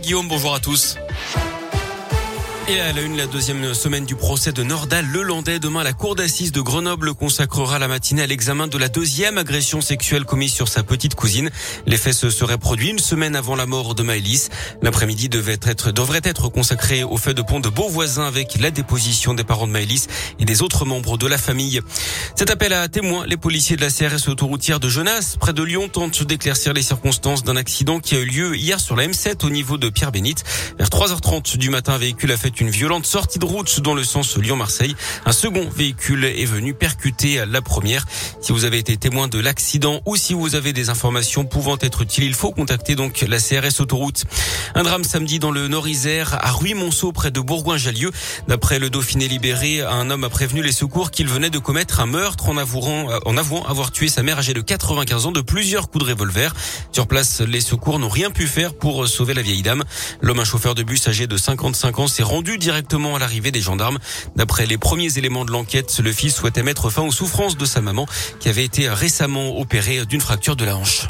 Guillaume, bonjour à tous. Et à la une, la deuxième semaine du procès de Nordal Lelandais. Demain, la cour d'assises de Grenoble consacrera la matinée à l'examen de la deuxième agression sexuelle commise sur sa petite cousine. Les faits se seraient produits une semaine avant la mort de Maëlys. L'après-midi devrait être consacré au fait de pont de Beauvoisin avec la déposition des parents de Maëlys et des autres membres de la famille. Cet appel à témoins, les policiers de la CRS autoroutière de Genasse, près de Lyon, tentent d'éclaircir les circonstances d'un accident qui a eu lieu hier sur la M7 au niveau de Pierre-Bénite. Vers 3h30 du matin, un véhicule a fait une violente sortie de route dans le sens Lyon-Marseille. Un second véhicule est venu percuter la première. Si vous avez été témoin de l'accident ou si vous avez des informations pouvant être utiles, il faut contacter donc la CRS autoroute. Un drame samedi dans le Nord-Isère à Ruy-Monceau près de Bourgoin-Jallieu. D'après le Dauphiné libéré, un homme a prévenu les secours qu'il venait de commettre un meurtre en avouant avoir tué sa mère âgée de 95 ans de plusieurs coups de revolver. Sur place, les secours n'ont rien pu faire pour sauver la vieille dame. L'homme, un chauffeur de bus âgé de 55 ans, s'est rendu directement à l'arrivée des gendarmes. D'après les premiers éléments de l'enquête, le fils souhaitait mettre fin aux souffrances de sa maman qui avait été récemment opérée d'une fracture de la hanche.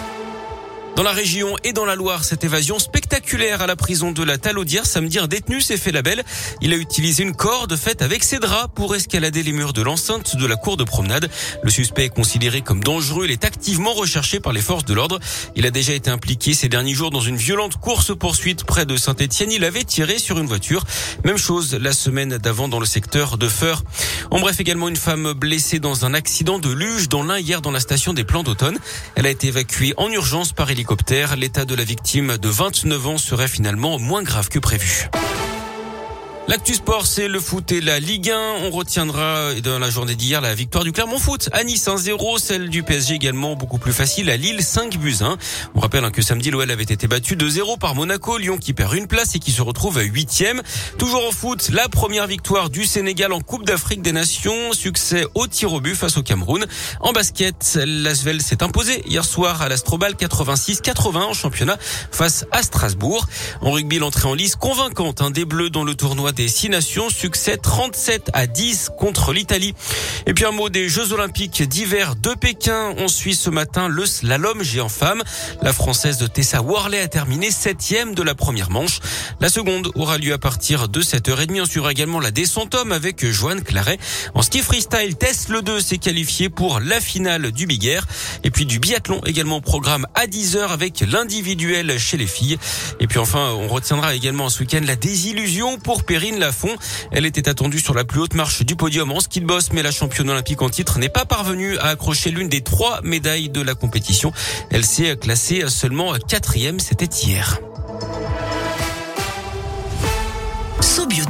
Dans la région et dans la Loire, cette évasion spectaculaire à la prison de la Talaudière. Samedi, un détenu s'est fait la belle. Il a utilisé une corde faite avec ses draps pour escalader les murs de l'enceinte de la cour de promenade. Le suspect est considéré comme dangereux. Il est activement recherché par les forces de l'ordre. Il a déjà été impliqué ces derniers jours dans une violente course-poursuite près de Saint-Étienne. Il avait tiré sur une voiture. Même chose la semaine d'avant dans le secteur de Feur. En bref, également une femme blessée dans un accident de luge dans l'Ain hier dans la station des Plans d'Automne. Elle a été évacuée en urgence par hélicoptère. L'état de la victime de 29 ans serait finalement moins grave que prévu. L'actu sport, c'est le foot et la Ligue 1. On retiendra dans la journée d'hier la victoire du Clermont Foot à Nice 1-0, celle du PSG également beaucoup plus facile à Lille 5-1. On rappelle que samedi l'OL avait été battu 2-0 par Monaco, Lyon qui perd une place et qui se retrouve à 8e. Toujours en foot, la première victoire du Sénégal en Coupe d'Afrique des Nations, succès au tir au but face au Cameroun. En basket, l'Asvel s'est imposé hier soir à l'Astrobal 86-80 en championnat face à Strasbourg. En rugby, l'entrée en lice convaincante des Bleus dans le tournoi des 6 nations, succès 37-10 contre l'Italie. Et puis un mot des Jeux Olympiques d'hiver de Pékin. On suit ce matin le slalom géant femme. La Française de Tessa Worley a terminé 7e de la première manche. La seconde aura lieu à partir de 7h30. On suivra également la descente homme avec Joanne Claret. En ski freestyle, Tess Le 2 s'est qualifié pour la finale du Big Air. Et puis du biathlon également au programme à 10h avec l'individuel chez les filles. Et puis enfin, on retiendra également ce week-end la désillusion pour Perrine Lafont. Elle était attendue sur la plus haute marche du podium en ski de boss, mais la championne olympique en titre n'est pas parvenue à accrocher l'une des 3 médailles de la compétition. Elle s'est classée seulement 4e, c'était hier.